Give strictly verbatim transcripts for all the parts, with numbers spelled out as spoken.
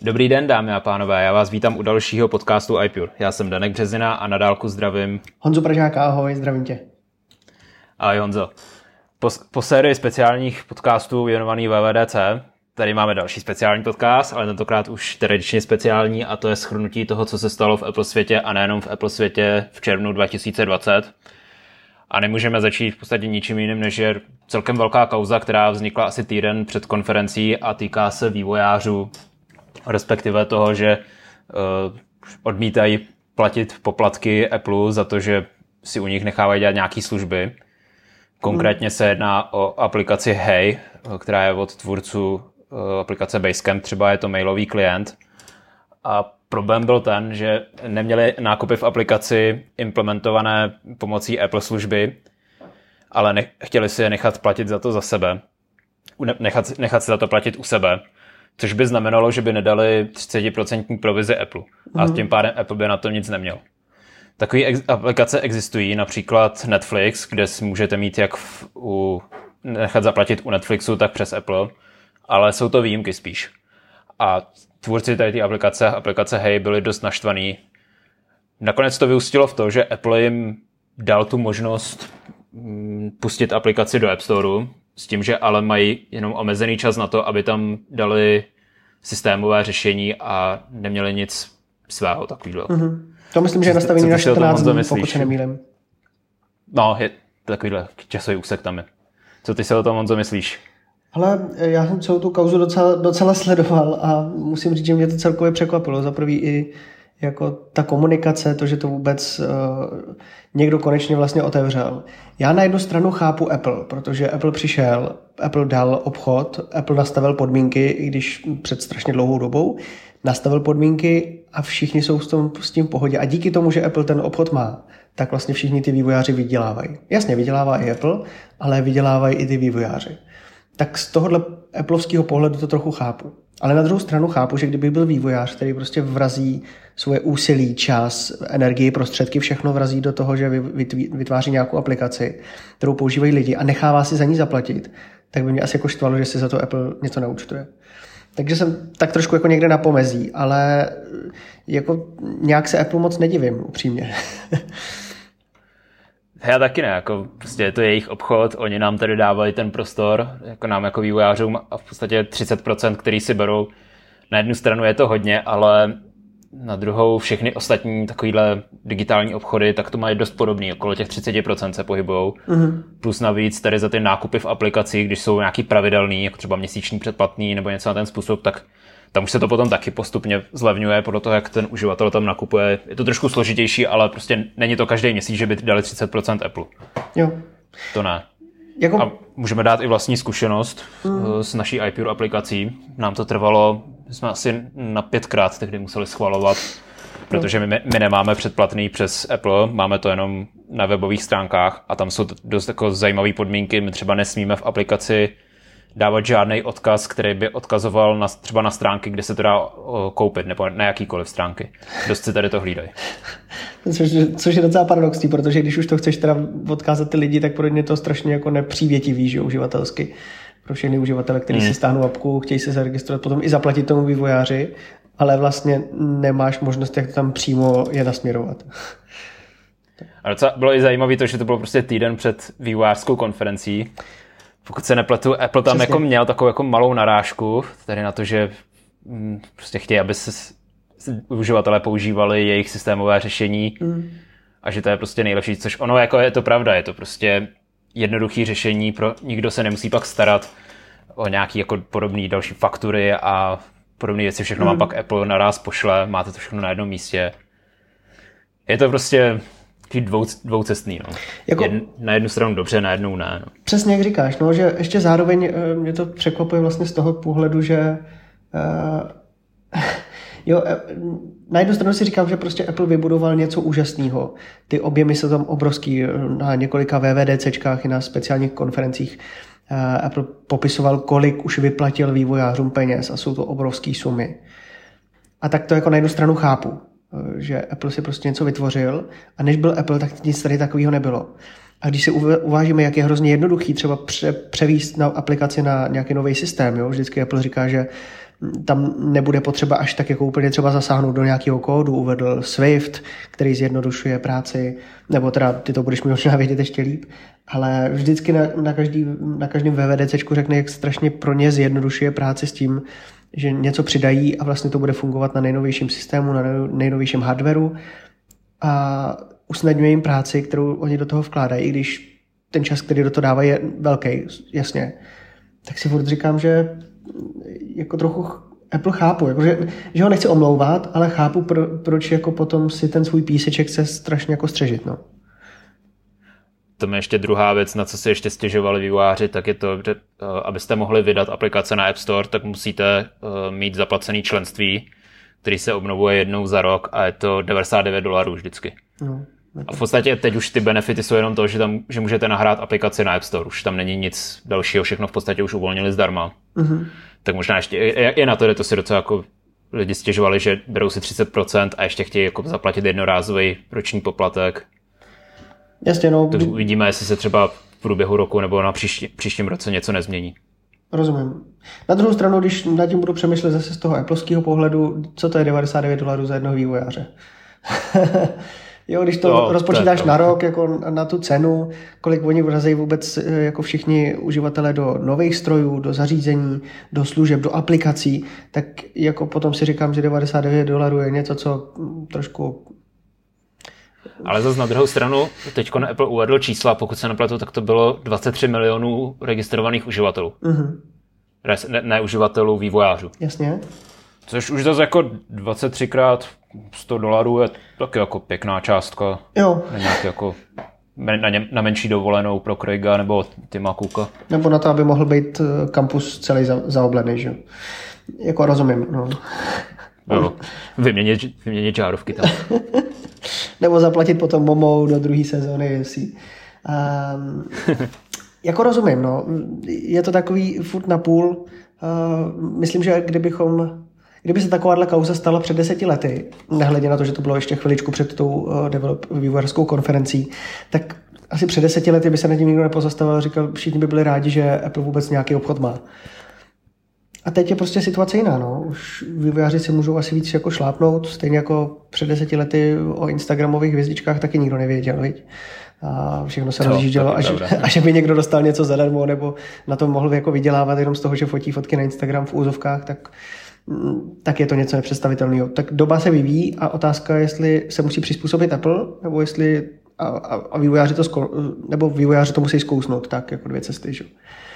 Dobrý den, dámy a pánové, já vás vítám u dalšího podcastu iPure. Já jsem Danek Březina a na dálku zdravím Honzu Pražáka, ahoj, zdravím tě. Ahoj Honzo. Po, po sérii speciálních podcastů věnovaný V V D C, tady máme další speciální podcast, ale tentokrát už tradičně speciální, a to je shrnutí toho, co se stalo v Apple světě a nejenom v Apple světě v červnu dva tisíce dvacet. A nemůžeme začít v podstatě ničím jiným, než je celkem velká kauza, která vznikla asi týden před konferencí a týká se vývojářů, respektive toho, že uh, odmítají platit poplatky Apple za to, že si u nich nechávají dělat nějaké služby. Konkrétně se jedná o aplikaci Hey, která je od tvůrců uh, aplikace Basecamp, třeba je to mailový klient. A problém byl ten, že neměli nákupy v aplikaci implementované pomocí Apple služby, ale ne- chtěli si je nechat platit za to za sebe. Nechat, nechat si za to platit u sebe. Což by znamenalo, že by nedali třicet procent provizi Apple. A tím pádem Apple by na to nic neměl. Takové ex- aplikace existují, například Netflix, kde si můžete mít jak v, u, nechat zaplatit u Netflixu, tak přes Apple, ale jsou to výjimky spíš. A tvůrci tady té aplikace, aplikace Hey, byli dost naštvaný. Nakonec to vyústilo v to, že Apple jim dal tu možnost mm, pustit aplikaci do App Storeu, s tím, že ale mají jenom omezený čas na to, aby tam dali systémové řešení a neměli nic svého takového. Mm-hmm. To myslím, že je nastavený na čtrnáct dní, pokud se nemýlím. No, je takovýhle časový úsek tam je. Co ty se o tom, Honzo, myslíš? Ale já jsem celou tu kauzu docela, docela sledoval a musím říct, že mě to celkově překvapilo. Za prvý i jako ta komunikace, to, že to vůbec uh, někdo konečně vlastně otevřel. Já na jednu stranu chápu Apple, protože Apple přišel, Apple dal obchod, Apple nastavil podmínky, i když před strašně dlouhou dobou, nastavil podmínky a všichni jsou s, tom, s tím v pohodě. A díky tomu, že Apple ten obchod má, tak vlastně všichni ty vývojáři vydělávají. Jasně, vydělává i Apple, ale vydělávají i ty vývojáři. Tak z tohohle applovského pohledu to trochu chápu. Ale na druhou stranu chápu, že kdyby byl vývojář, který prostě vrazí svoje úsilí, čas, energii, prostředky, všechno vrazí do toho, že vytváří nějakou aplikaci, kterou používají lidi a nechává si za ní zaplatit, tak by mě asi jako štvalo, že si za to Apple něco neúčtuje. Takže jsem tak trošku jako někde na pomezí, ale jako nějak se Apple moc nedivím, upřímně. Já taky ne, jako prostě je to jejich obchod, oni nám tady dávají ten prostor, jako nám jako vývojářům, a v podstatě třicet procent, který si berou. Na jednu stranu je to hodně, ale na druhou všechny ostatní takovýhle digitální obchody, tak to mají dost podobný, okolo těch třicet procent se pohybujou. Mm-hmm. Plus navíc tady za ty nákupy v aplikacích, když jsou nějaký pravidelný, jako třeba měsíční předplatný nebo něco na ten způsob, tak tam už se to potom taky postupně zlevňuje podle toho, jak ten uživatel tam nakupuje. Je to trošku složitější, ale prostě není to každý měsíc, že by dali třicet procent Apple. Jo. To ne. Jako... A můžeme dát i vlastní zkušenost mm. s naší iPure aplikací. Nám to trvalo, jsme asi na pětkrát tehdy museli schvalovat, protože my, my nemáme předplatný přes Apple, máme to jenom na webových stránkách a tam jsou dost jako zajímavé podmínky. My třeba nesmíme v aplikaci dávat žádný odkaz, který by odkazoval na, třeba na stránky, kde se to dá o, koupit, nebo na jakýkoliv stránky. Dost si tady to hlídají. Což, což je docela paradoxní, protože když už to chceš teda odkázat ty lidi, tak pro ně to strašně jako nepřívětivý, že uživatelsky. Pro všechny uživatele, kteří hmm. si stáhnou apku, chtějí se zaregistrovat, potom i zaplatit tomu vývojáři, ale vlastně nemáš možnost, jak tam přímo je nasměrovat. A docela bylo i zajímavé to, že to bylo prostě týden před vývojářskou konferencí. Pokud se nepletu, Apple tam jako měl takovou jako malou narážku, tady na to, že hm, prostě chtějí, aby se uživatelé používali jejich systémové řešení mm. a že to je prostě nejlepší, což ono jako je to pravda, je to prostě jednoduché řešení, pro nikdo se nemusí pak starat o nějaký jako podobný další faktury a podobné věci, všechno mm. vám pak Apple naraz pošle, máte to všechno na jednom místě. Je to prostě Dvou, dvoucestný, no. Jako, Jed, na jednu stranu dobře, na jednu ne. No. Přesně jak říkáš, no, že ještě zároveň mě to překvapuje vlastně z toho pohledu, že uh, jo, na jednu stranu si říkám, že prostě Apple vybudoval něco úžasného. Ty objemy jsou tam obrovský, na několika VVDCčkách i na speciálních konferencích uh, Apple popisoval, kolik už vyplatil vývojářům peněz a jsou to obrovské sumy. A tak to jako na jednu stranu chápu, že Apple si prostě něco vytvořil a než byl Apple, tak nic tady takového nebylo. A když si uvážíme, jak je hrozně jednoduchý třeba pře- převíst na aplikaci na nějaký nový systém, jo? Vždycky Apple říká, že tam nebude potřeba až tak jako úplně třeba zasáhnout do nějakého kódu, uvedl Swift, který zjednodušuje práci, nebo teda ty to budeš mi možná vědět ještě líp, ale vždycky na, na, každý, na každém VVDCčku řekne, jak strašně pro ně zjednodušuje práci s tím, že něco přidají a vlastně to bude fungovat na nejnovějším systému, na nejnovějším hardwareu a usnadňuje jim práci, kterou oni do toho vkládají, i když ten čas, který do toho dávají, je velký, jasně. Tak si furt říkám, že jako trochu Apple chápu, jako že, že ho nechci omlouvat, ale chápu, pro, proč jako potom si ten svůj píseček chce strašně jako střežit, no. To je ještě druhá věc, na co si ještě stěžovali vývojáři, tak je to, že uh, abyste mohli vydat aplikace na App Store, tak musíte uh, mít zaplacený členství, který se obnovuje jednou za rok a je to devadesát devět dolarů vždycky. No, a v podstatě teď už ty benefity jsou jenom to, že, tam, že můžete nahrát aplikaci na App Store, už tam není nic dalšího, všechno v podstatě už uvolnili zdarma. Uh-huh. Tak možná ještě je, je na to, že to si docela jako lidi stěžovali, že berou si třicet procent a ještě chtějí jako zaplatit jednorázový roční poplatek. Jasně, no. Takže uvidíme, jestli se třeba v průběhu roku nebo na příští, příštím roce něco nezmění. Rozumím. Na druhou stranu, když nad tím budu přemýšlet zase z toho applovského pohledu, co to je devadesát devět dolarů za jednoho vývojáře? Jo, když to no, rozpočítáš to na rok, jako na tu cenu, kolik oni vrazejí vůbec jako všichni uživatelé do nových strojů, do zařízení, do služeb, do aplikací, tak jako potom si říkám, že devadesát devět dolarů je něco, co trošku... Ale zase na druhou stranu, teďko na Apple uvedl čísla, pokud se nepletu, tak to bylo dvacet tři milionů registrovaných uživatelů. Uh-huh. Ne, ne uživatelů, vývojářů. Jasně. Což už zase jako dvacet tři krát sto dolarů je taky jako pěkná částka. Jo. Na nějak jako na, ně, na menší dovolenou pro Craiga nebo Tima Cooka. Nebo na to, aby mohl být kampus celý za, zaoblený, že? Jako rozumím, no. Jo, vyměnit, vyměnit žárovky tam. Nebo zaplatit potom momou do druhé sezóny, jestli. Um, jako rozumím, no. Je to takový furt na půl. Uh, myslím, že kdybychom, kdyby se takováhle kauza stala před deseti lety, nehledě na to, že to bylo ještě chviličku před tou uh, develop, vývojářskou konferencí, tak asi před deseti lety by se nad tím nikdo nepozastavil a říkal, všichni by byli rádi, že Apple vůbec nějaký obchod má. A teď je prostě situace jiná, no. Už vývojáři si můžou asi víc jako šlápnout, stejně jako před deseti lety o instagramových hvězdičkách taky nikdo nevěděl, viď? A všechno se rozjíždělo, až, až by někdo dostal něco zadarmo, nebo na tom mohl jako vydělávat jenom z toho, že fotí fotky na Instagram v úzovkách, tak, tak je to něco nepředstavitelného. Tak doba se vyvíjí a otázka, jestli se musí přizpůsobit Apple, nebo jestli a, a, a vývojáři to zko, nebo vývojáři to musí zkousnout, tak jako dvě cesty, že?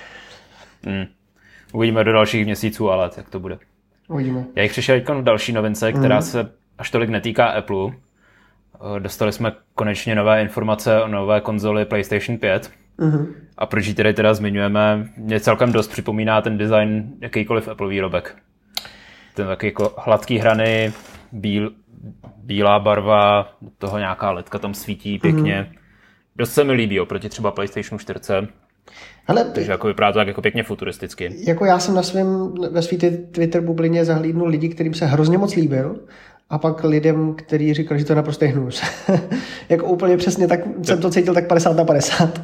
Hmm. Uvidíme do dalších měsíců, ale jak to bude. Uvidíme. Já jich přišel k další novince, která mm. se až tolik netýká Apple. Dostali jsme konečně nové informace o nové konzoli PlayStation pět. Mm. A proč ji tedy teda zmiňujeme? Mě celkem dost připomíná ten design jakýkoliv Apple výrobek. Ten taky jako hladký hrany, bíl, bílá barva, toho nějaká ledka tam svítí pěkně. Mm. Dost se mi líbí oproti třeba PlayStation čtyři. Hele, takže jako vypadá to tak jako pěkně futuristicky. Jako já jsem na svém, ve své Twitter bublině zahlídnul lidi, kterým se hrozně moc líbil, a pak lidem, kteří říkali, že to je naprosto hnus. Jako úplně přesně, tak jsem to cítil tak padesát na padesát.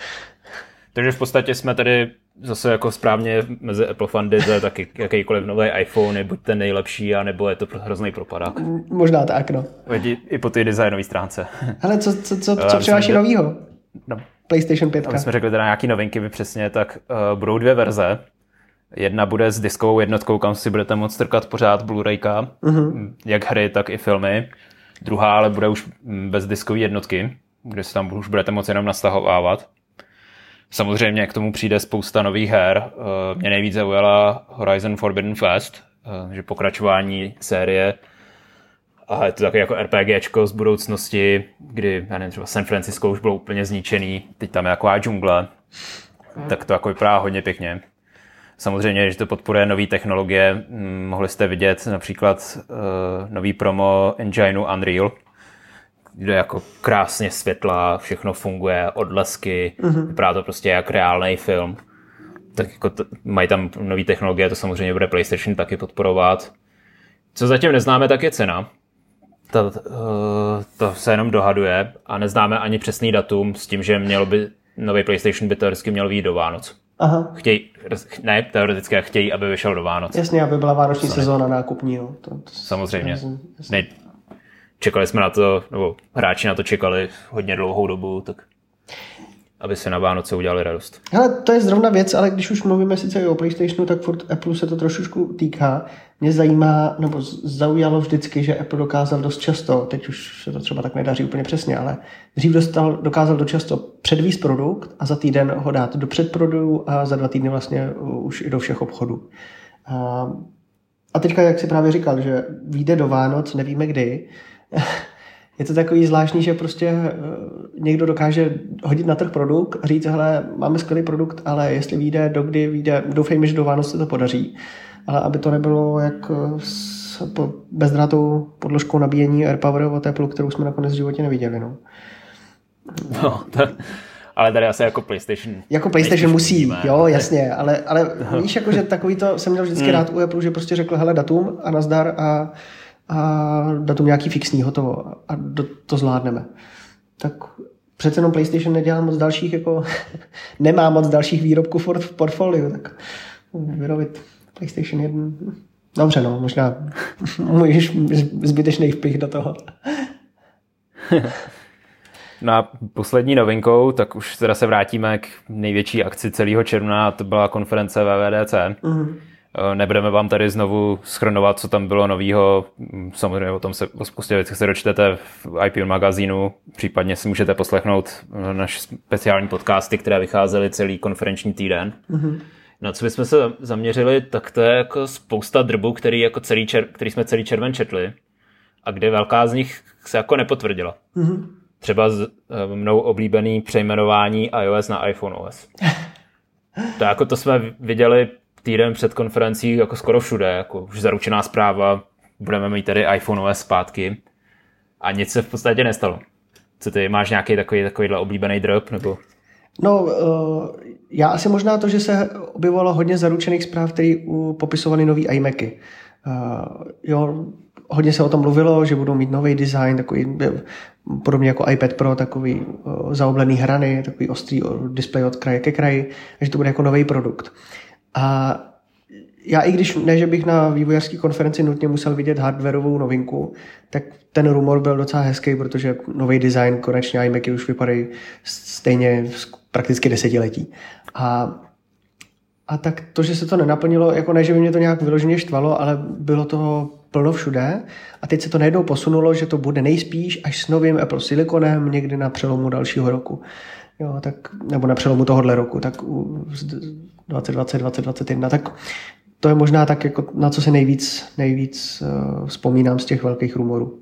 Takže v podstatě jsme tady zase jako správně mezi Apple fandy, že taky jakýkoliv nový iPhone je buď ten nejlepší, anebo je to hrozný propadák. Možná tak, no. Vidí i po té designové stránce. Hele, co, co, co, co přináší novýho? No. PlayStation pět. My jsme řekli teda nějaký novinky, by přesně, tak uh, budou dvě verze. Jedna bude s diskovou jednotkou, kam si budete moct strkat pořád Blu-rayka, uh-huh. jak hry, tak i filmy. Druhá ale bude už bez diskové jednotky, kde si tam už budete moct jenom nastahovávat. Samozřejmě k tomu přijde spousta nových her. Uh, mě nejvíc zaujala Horizon Forbidden West, uh, že pokračování série. A je to takový jako RPGčko z budoucnosti, kdy, já nevím, třeba San Francisco už bylo úplně zničený, teď tam je taková džungle, hmm. tak to jako vypadá hodně pěkně. Samozřejmě, že to podporuje nové technologie, mohli jste vidět například uh, nový promo engineu Unreal, kde jako krásně světla, všechno funguje, odlesky, hmm. vypadá to prostě jak reálný film. Tak jako t- mají tam nové technologie, to samozřejmě bude PlayStation taky podporovat. Co zatím neznáme, tak je cena. To, to se jenom dohaduje a neznáme ani přesný datum s tím, že mělo by nový PlayStation by teoreticky měl vyjít do Vánoc. Aha. Chtějí, ne, teoreticky chtějí, aby vyšel do Vánoc. Jasně, aby byla vánoční Sony. Sezóna nákupní. No. To, to, samozřejmě. Ne, čekali jsme na to, nebo hráči na to čekali hodně dlouhou dobu, tak aby se na Vánoce udělali radost. Hele, to je zrovna věc, ale když už mluvíme sice i o PlayStationu, tak furt Apple se to trošičku týká. Mě zajímá, nebo zaujalo vždycky, že Apple dokázal dost často, teď už se to třeba tak nedaří úplně přesně, ale dřív dostal, dokázal dost často předvíst produkt a za týden ho dát do předprodejů a za dva týdny vlastně už i do všech obchodů. A, a teďka, jak si právě říkal, že vyjde do Vánoc, nevíme kdy, je to takový zvláštní, že prostě někdo dokáže hodit na trh produkt a říct, hele, máme skvělý produkt, ale jestli vyjde, dokdy vyjde, doufejme, že do Vánoc se to podaří. Ale aby to nebylo jak s bezdrátovou podložkou nabíjení AirPower od Apple, kterou jsme nakonec v životě neviděli. No, no to, ale tady asi jako PlayStation. Jako PlayStation musí, vidíme. Jo, jasně, ale, ale víš, jako, že takový to jsem měl vždycky hmm. rád u Apple, že prostě řekl, hele, datum a nazdar a a datum nějaký fixní, hotovo a do, to zvládneme. Tak přece jenom PlayStation nedělá moc dalších, jako nemá moc dalších výrobků v portfoliu, tak vyrobit PlayStation jedna. Dobře, no, možná můžeš zbytečný vpich do toho. Na poslední novinkou, tak už teda se vrátíme k největší akci celého června, a to byla konference W W D C. Mm-hmm. Nebudeme vám tady znovu schronovat, co tam bylo novýho. Samozřejmě o tom se spoustě věcí se dočtete v I P O magazínu. Případně si můžete poslechnout naše speciální podcasty, které vycházely celý konferenční týden. Mm-hmm. Na co bychom se zaměřili, tak to je jako spousta drbů, který, jako celý čer, který jsme celý červen četli a kde velká z nich se jako nepotvrdila. Mm-hmm. Třeba z, mnou oblíbený přejmenování iOS na iPhone O S. To, jako to jsme viděli týden před konferencí jako skoro všude, jako už zaručená zpráva, budeme mít tady iPhone O S zpátky a nic se v podstatě nestalo. Co ty, máš nějaký takový, takovýhle oblíbený drop, nebo? No, uh, já asi možná to, že se objevovalo hodně zaručených zpráv, které popisovaly nový iMacy. Uh, jo, hodně se o tom mluvilo, že budou mít nový design, takový podobně jako iPad Pro, takový uh, zaoblený hrany, takový ostrý displej od kraje ke kraji, a že to bude jako nový produkt. A já i když ne, že bych na vývojářské konferenci nutně musel vidět hardwarovou novinku, tak ten rumor byl docela hezký, protože nový design, konečně iMacy už vypadají stejně prakticky desetiletí. A, a tak to, že se to nenaplnilo, jako ne, že by mě to nějak vyloženě štvalo, ale bylo toho plno všude a teď se to najednou posunulo, že to bude nejspíš až s novým Apple Siliconem někdy na přelomu dalšího roku. Jo, tak, nebo na přelomu tohohle roku, tak dvacet dvacet, dvacet dvacet jedna, tak to je možná tak, jako na co se nejvíc, nejvíc uh, vzpomínám z těch velkých rumorů.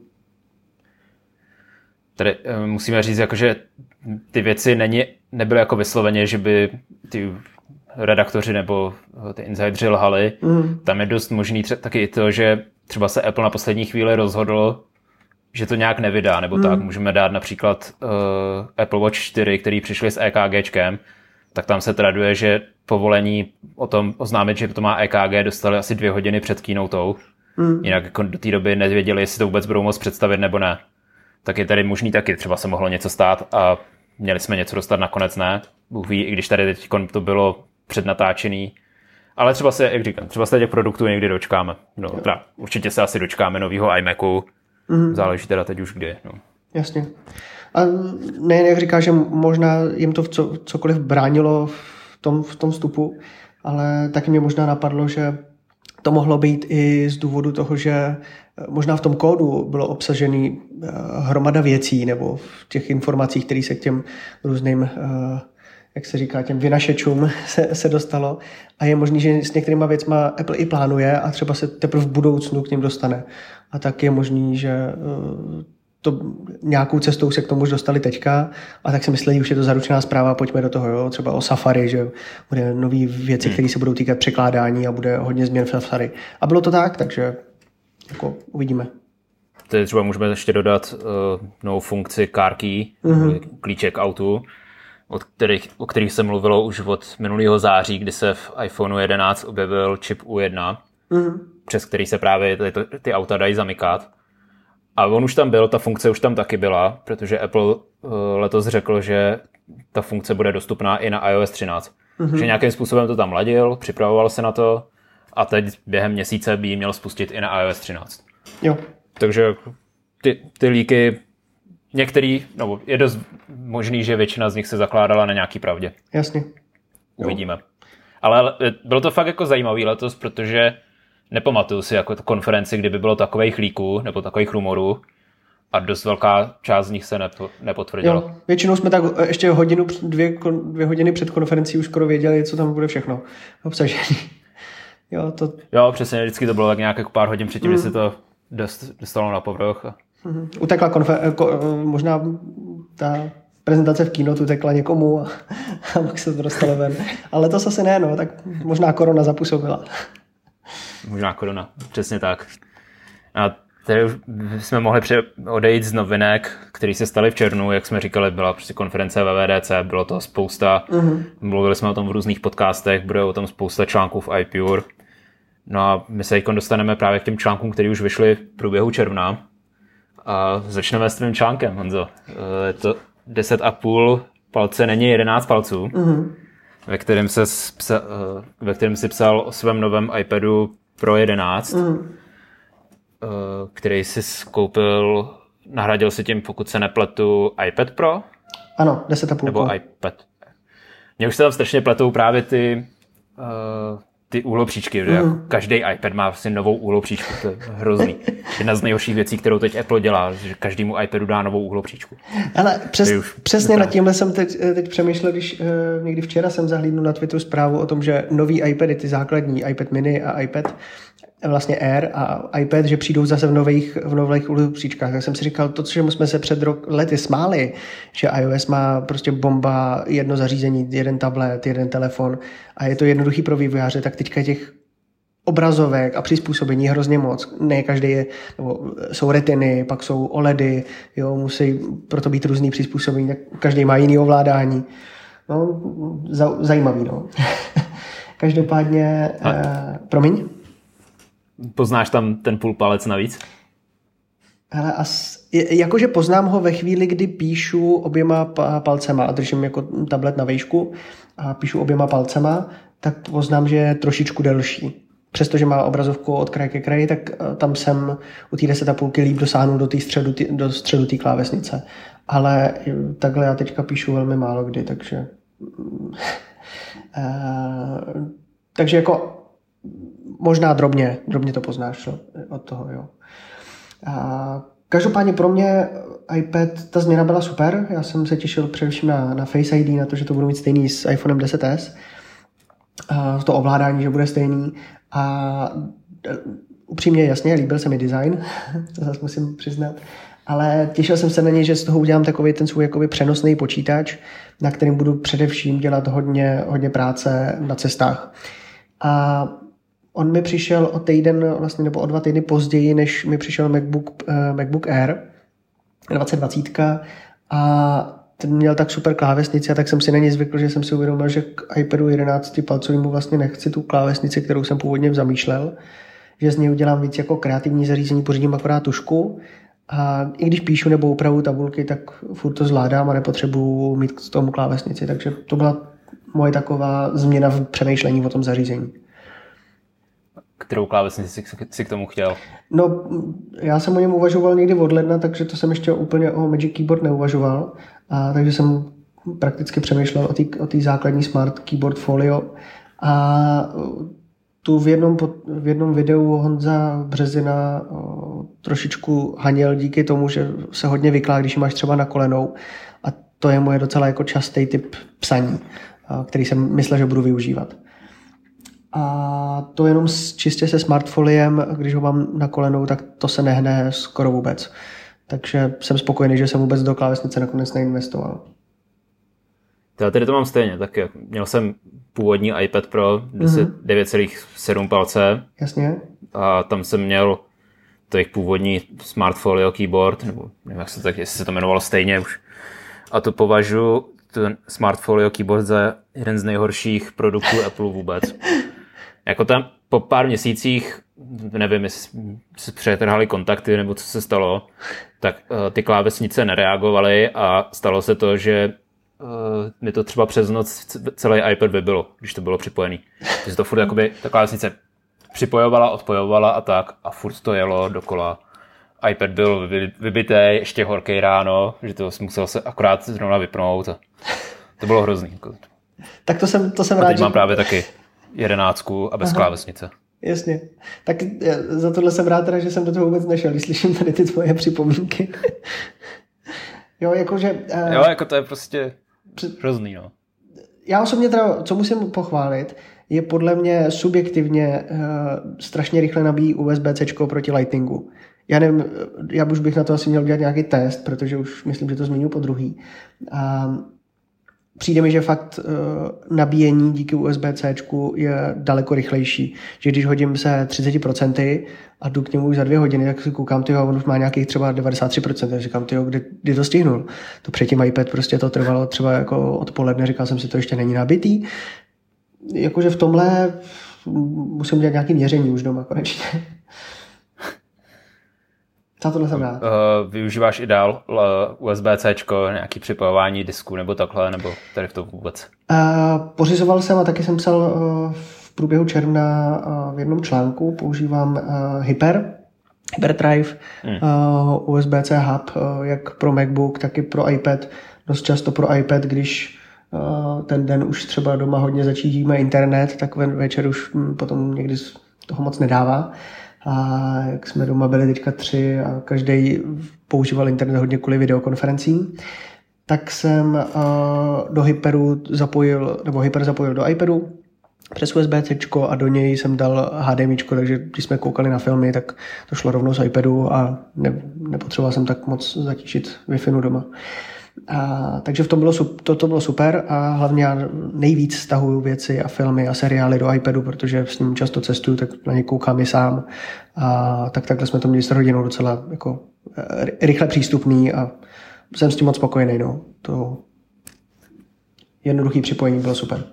Tady uh, musíme říct, jako, že ty věci není, nebyly jako vysloveně, že by ty redaktoři nebo ty insideri lhali. Mm. Tam je dost možný tře- taky i to, že třeba se Apple na poslední chvíli rozhodl, že to nějak nevydá, nebo mm. tak. Můžeme dát například uh, Apple Watch čtyři, který přišli s EKGčkem, tak tam se traduje, že povolení o tom oznámit, že to má E K G, dostali asi dvě hodiny před keynotou. Mm. Jinak jako do té doby nevěděli, jestli to vůbec budou moct představit nebo ne. Tak je tady možný taky, třeba se mohlo něco stát a měli jsme něco dostat, nakonec ne. Bůh ví, i když tady teď to bylo přednatáčený. Ale třeba se, jak říkám, třeba se těch produktů někdy dočkáme. No, teda, určitě se asi dočkáme novýho iMacu. Mm. Záleží teda teď už kdy. No. Jasně. A nejen jak říká, že možná jim to co, cokoliv bránilo v tom, v tom vstupu, ale taky mě možná napadlo, že to mohlo být i z důvodu toho, že možná v tom kódu bylo obsažený hromada věcí nebo v těch informacích, které se k těm různým, jak se říká, těm vynašečům se, se dostalo. A je možný, že s některýma věcma Apple i plánuje a třeba se teprve v budoucnu k ním dostane. A tak je možný, že to nějakou cestou se k tomu už dostali teďka a tak si mysleli, už je to zaručená zpráva, pojďme do toho, jo? Třeba o Safari, že bude nový věci, které se budou týkat překládání a bude hodně změn v Safari. A bylo to tak, takže jako uvidíme. Teď třeba můžeme ještě dodat uh, novou funkci Car Key, mm-hmm. klíče k autu, od kterých, o kterých se mluvilo už od minulého září, kdy se v iPhoneu jedenáct objevil čip U jedna, mm-hmm. přes který se právě ty, ty auta dají zamykat. A on už tam byl, ta funkce už tam taky byla, protože Apple uh, letos řekl, že ta funkce bude dostupná i na iOS třináct. Mm-hmm. Že nějakým způsobem to tam ladil, připravoval se na to a teď během měsíce by ji měl spustit i na iOS třináct. Jo. Takže ty, ty líky, některý, no je dost možný, že většina z nich se zakládala na nějaký pravdě. Jasně. Uvidíme. Jo. Ale bylo to fakt jako zajímavý letos, protože nepamatuju si jako konferenci, kdyby bylo takových líků nebo takových rumorů a dost velká část z nich se nepo, nepotvrdila. Jo, většinou jsme tak ještě hodinu, dvě, dvě hodiny před konferencí už skoro věděli, co tam bude všechno obsažený. Jo, to... jo, přesně, vždycky to bylo tak nějak jako pár hodin předtím, mm. když se to dostalo na povrch. A... Mm. Utekla konfer... ko... možná ta prezentace v keynote utekla někomu a, a pak se to dostalo ven. Ale to asi ne, no, tak možná korona zapůsobila. Možná korona, přesně tak. A tady jsme mohli odejít z novinek, které se staly v červnu, jak jsme říkali, byla prostě konference W W D C, bylo to spousta, mm-hmm. mluvili jsme o tom v různých podcastech, bude o tom spousta článků v iPure. No a my se teď dostaneme právě k těm článkům, které už vyšly v průběhu června. A začneme s tím článkem, Honzo. Je to deset a půl palce, není jedenáct palců, mm-hmm. ve kterém se psa, ve kterém si psal o svém novém iPadu Pro jedenáct, mm. který si koupil, nahradil si tím, pokud se nepletu, iPad Pro? Ano, deset a půl. Nebo iPad. Mně už se tam strašně pletou právě ty, uh, ty úhlopříčky, mm. jako každý iPad má vlastně novou úhlopříčku, to je hrozný. Jedna z nejhorších věcí, kterou teď Apple dělá, že každému iPadu dá novou úhlopříčku. Ale přes, přesně nad tímhle jsem teď, teď přemýšlel, když uh, někdy včera jsem zahlídnul na Twitteru zprávu o tom, že nový iPady, ty základní, iPad mini a iPad, vlastně Air a iPad, že přijdou zase v nových, v nových úhlopříčkách. Tak jsem si říkal, to, čemu jsme se před rok, lety smáli, že iOS má prostě bomba, jedno zařízení, jeden tablet, jeden telefon a je to jednoduchý pro vývojáře, tak teďka těch obrazovek a přizpůsobení hrozně moc. Ne každý je, nebo jsou retiny, pak jsou O L E D, jo, musí proto být různý přizpůsobení, tak každý má jiný ovládání. No, za, zajímavý, no. Každopádně, eh, promiň? Poznáš tam ten půl palec navíc? Hele, as, jakože poznám ho ve chvíli, kdy píšu oběma palcema a držím jako tablet na vejšku a píšu oběma palcema, tak poznám, že je trošičku delší. Přestože má obrazovku od kraje ke kraji, tak tam jsem u té deset a půlky líp dosáhnu do, středu, tý, do středu té klávesnice. Ale takhle já teďka píšu velmi málo kdy, takže... uh, takže jako možná drobně, drobně to poznáš no, od toho, jo. A každopádně pro mě iPad, ta změna byla super, já jsem se těšil především na, na Face I D, na to, že to budu mít stejný s iPhonem deset S, a to ovládání, že bude stejný a upřímně jasně, líbil se mi design, to zase musím přiznat, ale těšil jsem se na něj, že z toho udělám takový ten svůj jakoby přenosný počítač, na kterým budu především dělat hodně, hodně práce na cestách. A on mi přišel o týden, vlastně, nebo o dva týdny později, než mi přišel MacBook, uh, MacBook Air dvacet dvacet a ten měl tak super klávesnici a tak jsem si na něj zvykl, že jsem si uvědomil, že k iPadu jedenáct palcovýmu vlastně nechci tu klávesnici, kterou jsem původně zamýšlel, že z něj udělám víc jako kreativní zařízení, pořídím akorát tušku a i když píšu nebo upravuju tabulky, tak furt to zvládám a nepotřebuji mít k tomu klávesnici, takže to byla moje taková změna v přemýšlení o tom zařízení. Kterou klávesnici si k tomu chtěl? No, já jsem o něm uvažoval někdy od ledna, takže to jsem ještě úplně o Magic Keyboard neuvažoval. A, takže jsem prakticky přemýšlel o té o té základní Smart Keyboard Folio. A tu v jednom, v jednom videu Honza Březina o, trošičku hanil díky tomu, že se hodně vyklá, když máš třeba na kolenou. A to je moje docela jako častý typ psaní, a, který jsem myslel, že budu využívat. A to jenom s, čistě se smartfoliem, když ho mám na kolenou, tak to se nehne skoro vůbec. Takže jsem spokojený, že jsem vůbec do klávesnice nakonec neinvestoval. Já tedy to mám stejně, tak měl jsem původní iPad Pro devět celá sedm palce. Jasně. A tam jsem měl to jejich původní Smartfolio keyboard, nebo nevím, jak se, tak, jestli se to jmenovalo stejně už. A to považuji ten Smartfolio keyboard za jeden z nejhorších produktů Apple vůbec. Jako tam po pár měsících, nevím, jestli se přetrhali kontakty nebo co se stalo, tak uh, ty klávesnice nereagovaly a stalo se to, že uh, mi to třeba přes noc celý iPad vybilo, když to bylo připojený. Takže to furt jakoby ta klávesnice připojovala, odpojovala a tak a furt to jelo dokola. iPad byl vybitý, ještě horký ráno, že to musel se akorát zrovna vypnout a to bylo hrozný. Tak to jsem, to jsem a rád, teď že... mám právě taky jedenáctku a bez Aha. klávesnice. Jasně. Tak za tohle jsem rád teda, že jsem do toho vůbec nešel, když slyším tady ty tvoje připomínky. jo, jakože... Uh... Jo, jako to je prostě hrozný, no. Já osobně teda, co musím pochválit, je podle mě subjektivně uh, strašně rychle nabíjí U S B C proti Lightningu. Já nevím, já už bych na to asi měl udělat nějaký test, protože už myslím, že to změním po druhý. A přijde mi, že fakt uh, nabíjení díky U S B C je daleko rychlejší. Že když hodím se třicet procent a jdu k němu už za dvě hodiny, tak si koukám, tyjo, on už má nějakých třeba devadesát tři procent. Říkám, tyjo, kdy, kdy to stihnul? To předtím iPad prostě to trvalo třeba jako odpoledne, říkal jsem si, to ještě není nabitý. Jakože v tomhle musím dělat nějaké měření už doma konečně. Co tohle jsem rád? Uh, využíváš i dál U S B C, nějaké připojování disku nebo takhle, nebo tady v tom vůbec? Uh, pořizoval jsem a taky jsem psal uh, v průběhu června uh, v jednom článku. Používám uh, Hyper, Hyperdrive, hmm. uh, U S B C hub, uh, jak pro MacBook, tak i pro iPad. Dost často pro iPad, když uh, ten den už třeba doma hodně začítíme internet, tak večer už hm, potom někdy toho moc nedává. A jak jsme doma byli teďka tři a každý používal internet hodně kvůli videokonferencím, tak jsem uh, do Hyperu zapojil, nebo Hyper zapojil do iPadu přes U S B C a do něj jsem dal H D M I, takže když jsme koukali na filmy, tak to šlo rovnou z iPadu a ne, nepotřeboval jsem tak moc zatížit Wi-Fi doma. A, takže v tom bylo, to, to bylo super a hlavně já nejvíc stahuju věci a filmy a seriály do iPadu, protože s ním často cestuju, tak na ně koukám i sám. A tak takhle jsme to měli s rodinou docela jako rychle přístupný a jsem s tím moc spokojený. No. To jednoduchý připojení bylo super.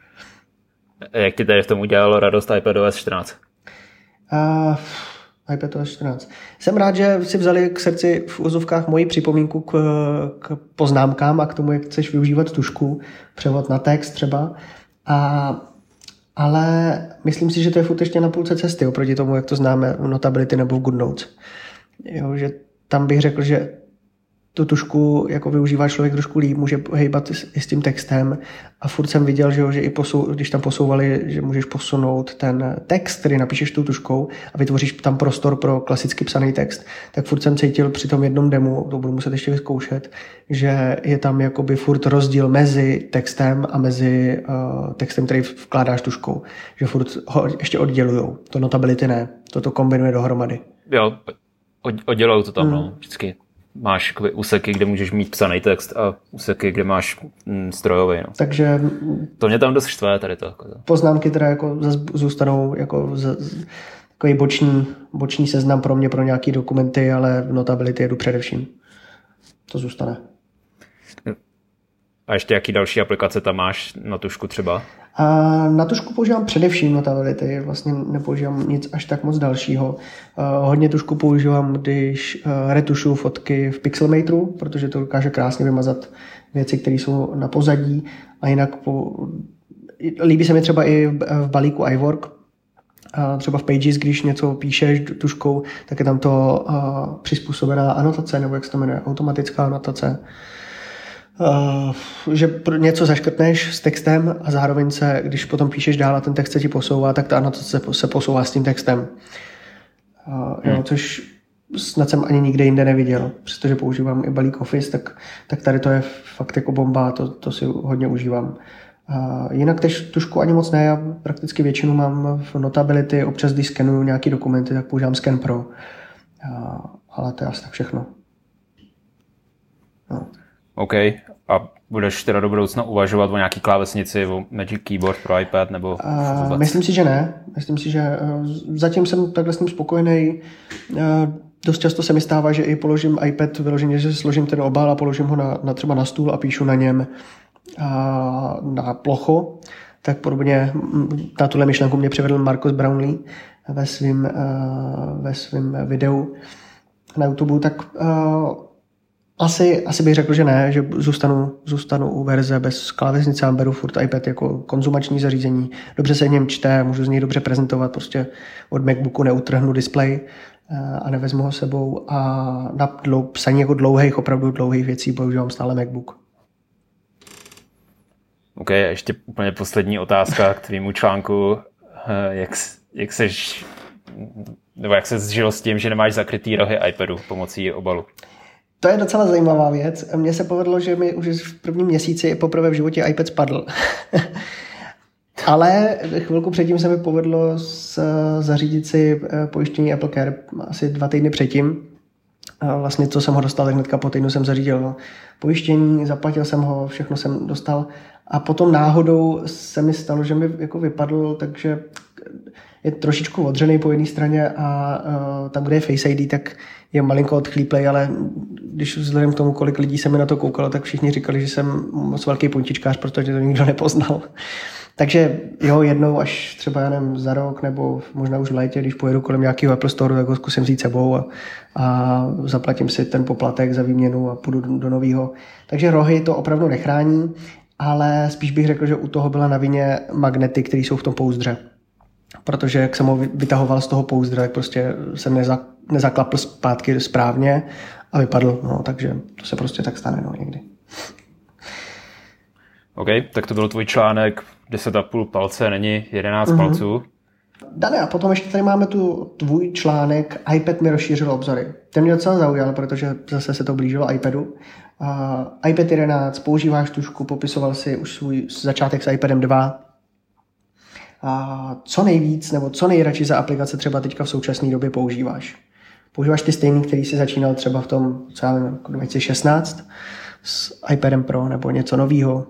Jak ti tady v tom udělalo radost iPadOS čtrnáct? Uh, iPadOS čtrnáct. Jsem rád, že si vzali k srdci v úzovkách moji připomínku k, k poznámkám a k tomu, jak chceš využívat tušku, převod na text třeba. A, ale myslím si, že to je furt ještě na půlce cesty oproti tomu, jak to známe v Notability nebo v GoodNotes. Jo, že tam bych řekl, že tu tušku jako využívá člověk trošku líp, může hejbat i s tím textem a furt jsem viděl, že, jo, že i posou, když tam posouvali, že můžeš posunout ten text, který napíšeš tou tuškou a vytvoříš tam prostor pro klasicky psaný text, tak furt jsem cítil při tom jednom demo, to budu muset ještě vyzkoušet, že je tam jakoby furt rozdíl mezi textem a mezi uh, textem, který vkládáš tuškou, že furt ho ještě oddělujou. To Notability ne, to to kombinuje dohromady. Jo, oddělujou to tam, hmm. no, vždycky. Máš úseky, kde můžeš mít psaný text a úseky, kde máš mm, strojový. No. Takže to mě tam dost štve tady to. Jako. Poznámky teda jako zůstanou jako z, z, takový boční, boční seznam pro mě, pro nějaký dokumenty, ale v Notability jedu především. To zůstane. A ještě jaký další aplikace tam máš na tušku třeba? A na tušku používám především Notability, vlastně nepoužívám nic až tak moc dalšího. Uh, hodně tušku používám, když uh, retušuju fotky v Pixelmateru, protože to dokáže krásně vymazat věci, které jsou na pozadí a jinak po... líbí se mi třeba i v, v balíku iWork, uh, třeba v Pages, když něco píšeš tuškou, tak je tam to uh, přizpůsobená anotace, nebo jak se to jmenuje, automatická anotace. Uh, že něco zaškrtneš s textem a zároveň se, když potom píšeš dál a ten text se ti posouvá, tak ta anotace se posouvá s tím textem. Uh, hmm. jo, což snad jsem ani nikde jinde neviděl. Přestože používám i balík Office, tak, tak tady to je fakt jako bomba, to, to si hodně užívám. Uh, jinak tež tušku ani moc ne, já prakticky většinu mám v Notability, občas když skenuju nějaký dokumenty, tak používám Scan Pro. Uh, ale to je asi tak všechno. No. OK. A budeš teda do budoucna uvažovat o nějaký klávesnici, o Magic Keyboard pro iPad nebo uh, myslím si, že ne. Myslím si, že uh, zatím jsem takhle s ním spokojený. Uh, dost často se mi stává, že i položím iPad vyloženě, že složím ten obal a položím ho na, na třeba na stůl a píšu na něm uh, na plochu. Tak podobně na tuhle myšlenku mě přivedl Marcus Brownlee ve svém uh, ve svém videu na YouTube. Tak uh, Asi, asi bych řekl, že ne, že zůstanu, zůstanu u verze bez klávesnice a beru furt iPad jako konzumační zařízení. Dobře se v něm čte, můžu z něj dobře prezentovat, prostě od MacBooku neutrhnu displej a nevezmu ho sebou a na dlou, psaní jako dlouhých, opravdu dlouhých věcí používám stále MacBook. OK, a ještě úplně poslední otázka k tvýmu článku. Jak, jak seš, nebo jak se zžil s tím, že nemáš zakrytý rohy iPadu pomocí obalu? To je docela zajímavá věc. Mně se povedlo, že mi už v prvním měsíci poprvé v životě iPad spadl. Ale chvilku předtím se mi povedlo zařídit si pojištění Apple Care asi dva týdny předtím. A vlastně co jsem ho dostal, tak hnedka po týdnu jsem zařídil pojištění, zaplatil jsem ho, všechno jsem dostal. A potom náhodou se mi stalo, že mi jako vypadl, takže je trošičku odřený po jedné straně a uh, tam, kde je Face I D, tak je malinko odchlíplej, ale když vzhledem k tomu, kolik lidí se mi na to koukalo, tak všichni říkali, že jsem moc velký puntičkář, protože to nikdo nepoznal. Takže jo, jednou až třeba já nevím, za rok nebo možná už v létě, když pojedu kolem nějakého Apple Store, tak ho zkusím vzít sebou a, a zaplatím si ten poplatek za výměnu a půjdu do, do nového. Takže rohy to opravdu nechrání, ale spíš bych řekl, že u toho byla na vině magnety, které jsou v tom pouzdře. Protože jak jsem ho vytahoval z toho pouzdra, tak prostě jsem neza, nezaklapl zpátky správně a vypadl. No, takže to se prostě tak stane no, někdy. OK, tak to byl tvůj článek deset a půl palce, není jedenáct mm-hmm. palců. Dane, a potom ještě tady máme tu tvůj článek iPad mi rozšířil obzory. Ten mě docela zaujal, protože zase se to blížilo iPadu. Uh, iPad jedenáct, používáš tušku, popisoval si už svůj začátek s iPadem dva. A co nejvíc, nebo co nejradši za aplikace třeba teďka v současné době používáš? Používáš ty stejný, který jsi začínal třeba v tom, co já nevím, dva tisíce šestnáct s iPadem Pro nebo něco novýho?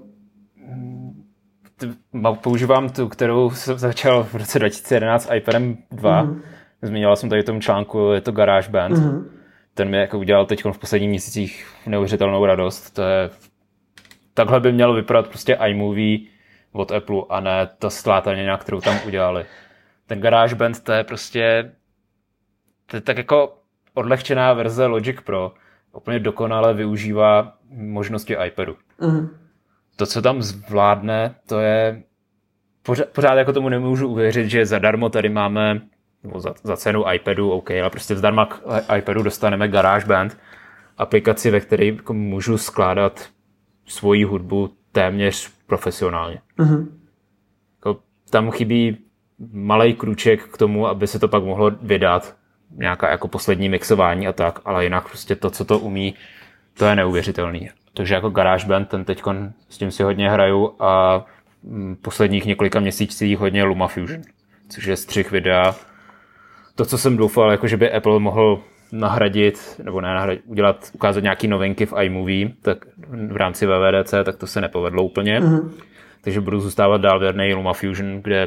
Používám tu, kterou jsem začal v roce dva tisíce jedenáct s iPadem dva. Mm-hmm. Zmínila jsem tady v tom článku, je to GarageBand. Mm-hmm. Ten mi jako udělal teď v posledních měsících neuvěřitelnou radost. To je, takhle by mělo vypadat prostě iMovie od Apple a ne ta stlátanina, kterou tam udělali. Ten GarageBand, to je prostě to je tak jako odlehčená verze Logic Pro. Úplně dokonale využívá možnosti iPadu. Mm. To, co tam zvládne, to je pořád, pořád jako tomu nemůžu uvěřit, že zadarmo tady máme nebo za, za cenu iPadu, OK, ale prostě zdarma k iPadu dostaneme GarageBand, aplikaci, ve které jako můžu skládat svoji hudbu téměř profesionálně. Mm-hmm. Jako, tam chybí malej krůček k tomu, aby se to pak mohlo vydat, nějaká jako poslední mixování a tak, ale jinak prostě to, co to umí, to je neuvěřitelný. Takže jako GarageBand, ten teďkon s tím si hodně hraju a v posledních několika měsících hodně LumaFusion, což je střih videa. To, co jsem doufal, jako že by Apple mohl nahradit, nebo ne nahradit, udělat, ukázat nějaký novinky v iMovie, tak v rámci W W D C, tak to se nepovedlo úplně. Mm-hmm. Takže budu zůstávat dál věrnej LumaFusion, kde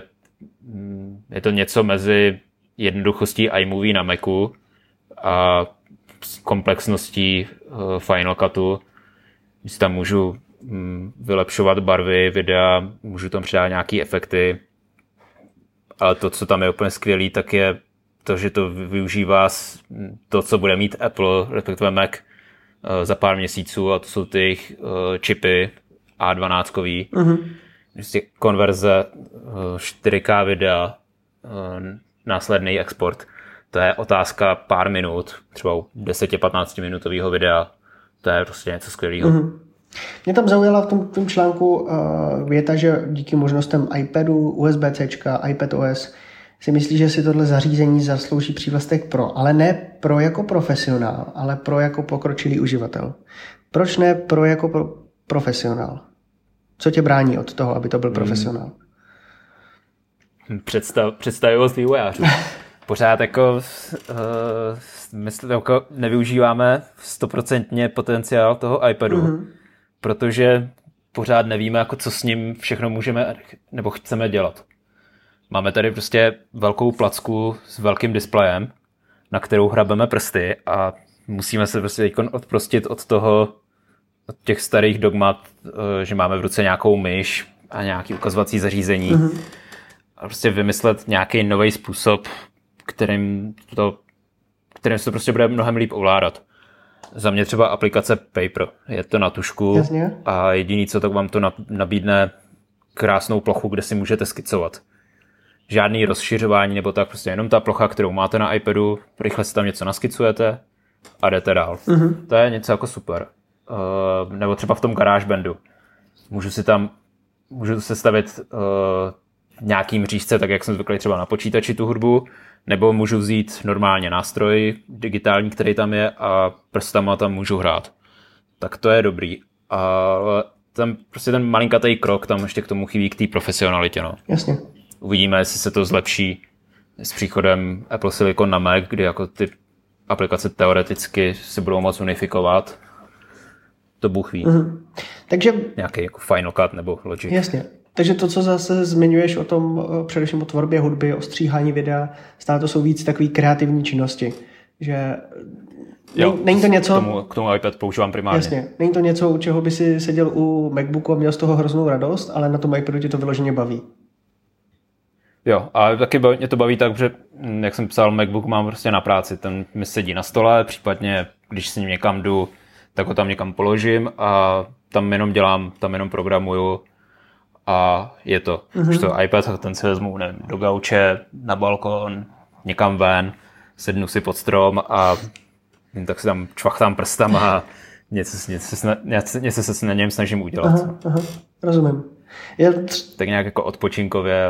je to něco mezi jednoduchostí iMovie na Macu a komplexností Final Cutu. Když tam můžu vylepšovat barvy videa, můžu tam přidat nějaké efekty, ale to, co tam je úplně skvělý, tak je to, že to využívá to, co bude mít Apple, respektive Mac za pár měsíců, a to jsou ty jejich čipy A dvanáct kový. Mm-hmm. Prostě konverze čtyři ká videa, následný export. To je otázka pár minut, třeba deset až patnáct minutového videa. To je prostě něco skvělého. Mm-hmm. Mě tam zaujala v tom, tom článku uh, věta, že díky možnostem iPadu, U S B C, iPadOS si myslí, že si tohle zařízení zaslouží přívlastek Pro, ale ne Pro jako profesionál, ale Pro jako pokročilý uživatel. Proč ne Pro jako pro profesionál? Co tě brání od toho, aby to byl profesionál? Představ, představivost vývojářů. Pořád jako, uh, myslím, jako nevyužíváme stoprocentně potenciál toho iPadu, mm-hmm. protože pořád nevíme, jako co s ním všechno můžeme nebo chceme dělat. Máme tady prostě velkou placku s velkým displejem, na kterou hrabeme prsty a musíme se prostě odprostit od toho, od těch starých dogmat, uh, že máme v ruce nějakou myš a nějaký ukazovací zařízení mm-hmm. a prostě vymyslet nějaký nový způsob, kterým to, kterým se to prostě bude mnohem líp ovládat. Za mě třeba aplikace Paper. Je to na tušku. Jasně. A jediný, co tak vám to nabídne krásnou plochu, kde si můžete skicovat. Žádný rozšiřování nebo tak, prostě jenom ta plocha, kterou máte na iPadu, rychle si tam něco naskicujete a jdete dál. Mm-hmm. To je něco jako super. Uh, nebo třeba v tom GarageBandu. Můžu si tam, můžu sestavit uh, nějaký mřížce, tak jak jsem zvyklý třeba na počítači tu hudbu, nebo můžu vzít normálně nástroj digitální, který tam je a prstama tam můžu hrát. Tak to je dobrý. Ale tam prostě ten malinkatý krok tam ještě k tomu chybí k té profesionalitě. No. Jasně. Uvidíme, jestli se to zlepší s příchodem Apple Silicon na Mac, kdy jako ty aplikace teoreticky se budou moc unifikovat. To Bůh ví. Mm-hmm. Takže... Nějaký jako Final Cut nebo Logic. Jasně. Takže to, co zase zmiňuješ o tom, především o tvorbě hudby, o stříhání videa, stále to jsou víc takové kreativní činnosti. Že jo, není to něco... K tomu, k tomu iPad používám primárně. Jasně. Není to něco, u čeho by si seděl u MacBooku a měl z toho hroznou radost, ale na tom iPadu tě to vyloženě baví. Jo, a taky mě to baví tak, že jak jsem psal, MacBook mám prostě na práci. Ten mi sedí na stole, případně když s ním někam jdu, tak ho tam někam položím a tam jenom dělám, tam jenom programuju a je to. Mm-hmm. Už to iPad, ten si vezmu, nevím, do gauče, na balkon, někam ven, sednu si pod strom a tak si tam čvachtám prstama a něco, něco, něco, něco se na něm snažím udělat. Aha, aha, rozumím. Já... Tak nějak jako odpočinkově.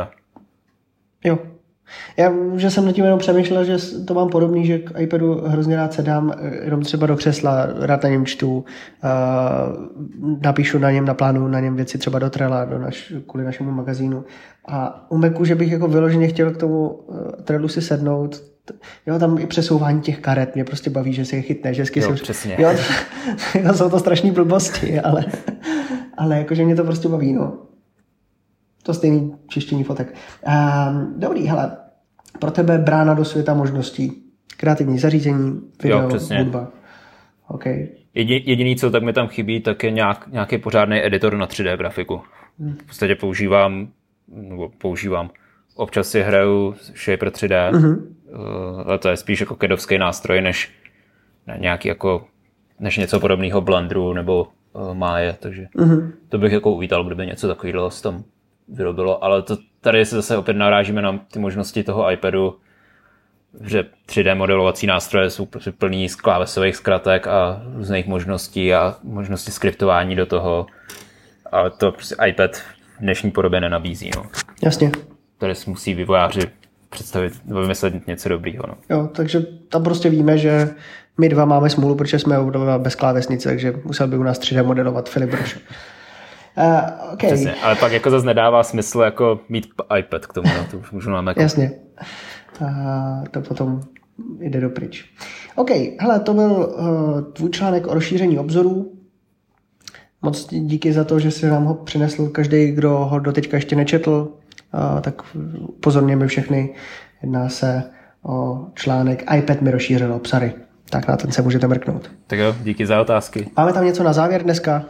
Jo. Já že jsem nad tím jenom přemýšlel, že to mám podobný, že k iPadu hrozně rád sedám jenom třeba do křesla, rád na něm čtu, uh, napíšu na něm, naplánuju na něm věci třeba do Trella, do naš, kvůli našemu magazínu. A u Macu, že bych jako vyloženě chtěl k tomu uh, Trellu si sednout, jo, tam i přesouvání těch karet mě prostě baví, že si je chytne, že jo, si... přesně. Jo, jo, jsou to strašný blbosti, ale, ale jakože mě to prostě baví, no. To stejný čištění fotek. Um, dobrý, hele, pro tebe brána do světa možností. Kreativní zařízení, video, jo, hudba. Okay. Jediný, co tak mi tam chybí, tak je nějak, nějaký pořádný editor na tři dé grafiku. Hmm. V podstatě používám, nebo používám, občas si hraju Shaper tři dé, mm-hmm. ale to je spíš jako kedovský nástroj, než ne, nějaký jako, než něco podobného Blenderu nebo uh, Maya, takže mm-hmm. to bych jako uvítal, kdyby něco takového tam vyrobilo, ale to tady se zase opět narážíme na ty možnosti toho iPadu, že tři dé modelovací nástroje jsou plný z klávesových zkratek a různých možností a možnosti skriptování do toho, ale to prostě iPad v dnešní podobě nenabízí. No. Jasně. Tady si musí vývojáři představit, vymyslet něco dobrýho. No. Jo, takže tam prostě víme, že my dva máme smůlu, protože jsme bez klávesnice, takže musel by u nás tři dé modelovat Filip Brož. Uh, okay. Přesně, ale pak jako zase nedává smysl jako mít iPad k tomu, no, to už můžu nám jako... Jasně. Uh, to potom jde dopryč. OK, hele, to byl uh, tvůj článek o rozšíření obzorů. Moc díky za to, že jsi nám ho přinesl. Každý, kdo ho doteďka ještě nečetl, uh, tak pozorněme všechny. Jedná se o článek iPad mi rozšířil obsary. Tak na ten se můžete mrknout. Tak jo, díky za otázky. Máme tam něco na závěr dneska?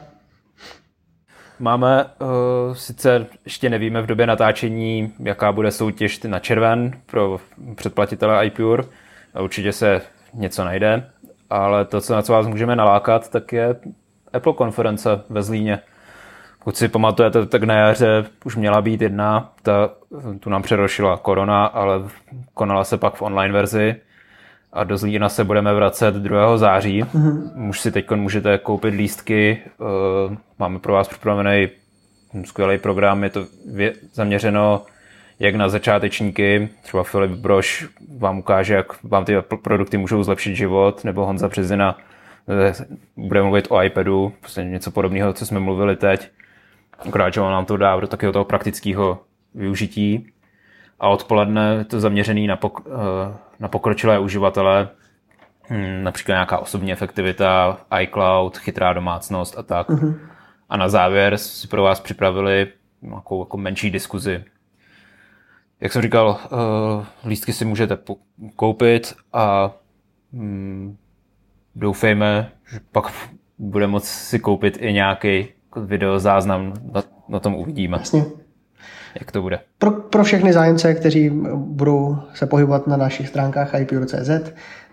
Máme, uh, sice ještě nevíme v době natáčení, jaká bude soutěž na červen pro předplatitele iPure. Určitě se něco najde, ale to, co na co vás můžeme nalákat, tak je Apple konference ve Zlíně. Pokud si pamatujete, tak na jaře už měla být jedna, ta, tu nám přerušila korona, ale konala se pak v online verzi. A do Zlína se budeme vracet druhého září. Mm-hmm. Už si teď můžete koupit lístky. Máme pro vás připravený skvělý program. Je to zaměřeno jak na začátečníky. Třeba Filip Brož vám ukáže, jak vám ty produkty můžou zlepšit život. Nebo Honza Březina bude mluvit o iPadu. Prostě něco podobného, co jsme mluvili teď. Akorát, že nám to dá do takového toho praktického využití. A odpoledne je to zaměřený na, pok- na pokročilé uživatele, například nějaká osobní efektivita, iCloud, chytrá domácnost a tak. Uh-huh. A na závěr si pro vás připravili nějakou jako menší diskuzi. Jak jsem říkal, lístky si můžete koupit a hmm, doufejme, že pak bude moct si koupit i nějaký videozáznam, na, na tom uvidíme. Jasně. Jak to bude? Pro, pro všechny zájemce, kteří budou se pohybovat na našich stránkách i p u r tečka c z,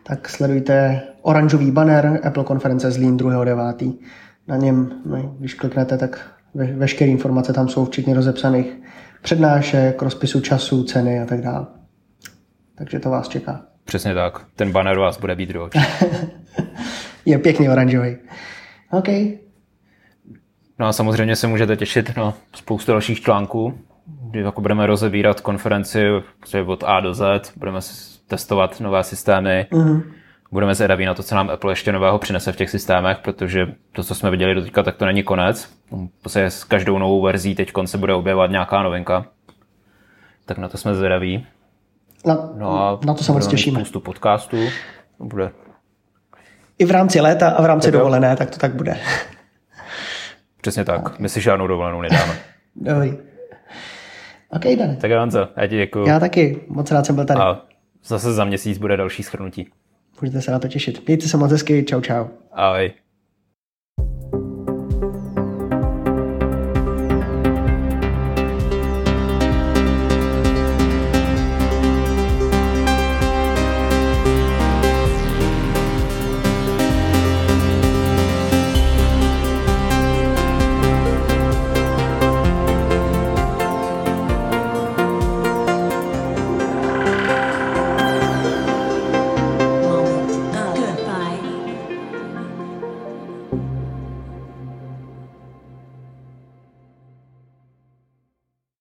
tak sledujte oranžový banner Apple konference Zlín druhého devátého Na něm, no, když kliknete, tak ve, veškeré informace tam jsou, včetně rozepsaných přednášek, rozpisu času, ceny a tak dále. Takže to vás čeká. Přesně tak. Ten banner vás bude být do očí. Je pěkně oranžový. OK. No a samozřejmě se můžete těšit na spoustu dalších článků, kdy jako budeme rozebírat konferenci od A do Z, budeme testovat nové systémy, mm-hmm. budeme zvědaví na to, co nám Apple ještě nového přinese v těch systémech, protože to, co jsme viděli doteďka, tak to není konec. Prostě s každou novou verzí teď se bude objevovat nějaká novinka. Tak na to jsme zvědaví. Na, no a na to se moc těšíme. Spoustu podcastů. Bude. I v rámci léta a v rámci tak dovolené, tak to tak bude. Přesně tak. Okay. My si žádnou dovolenou nedáme. Dobrý. OK, Dane. Tak Honzo, já ti děkuju. Já taky. Moc rád jsem byl tady. A zase za měsíc bude další shrnutí. Můžete se na to těšit. Mějte se moc hezky. Čau, čau. Ahoj.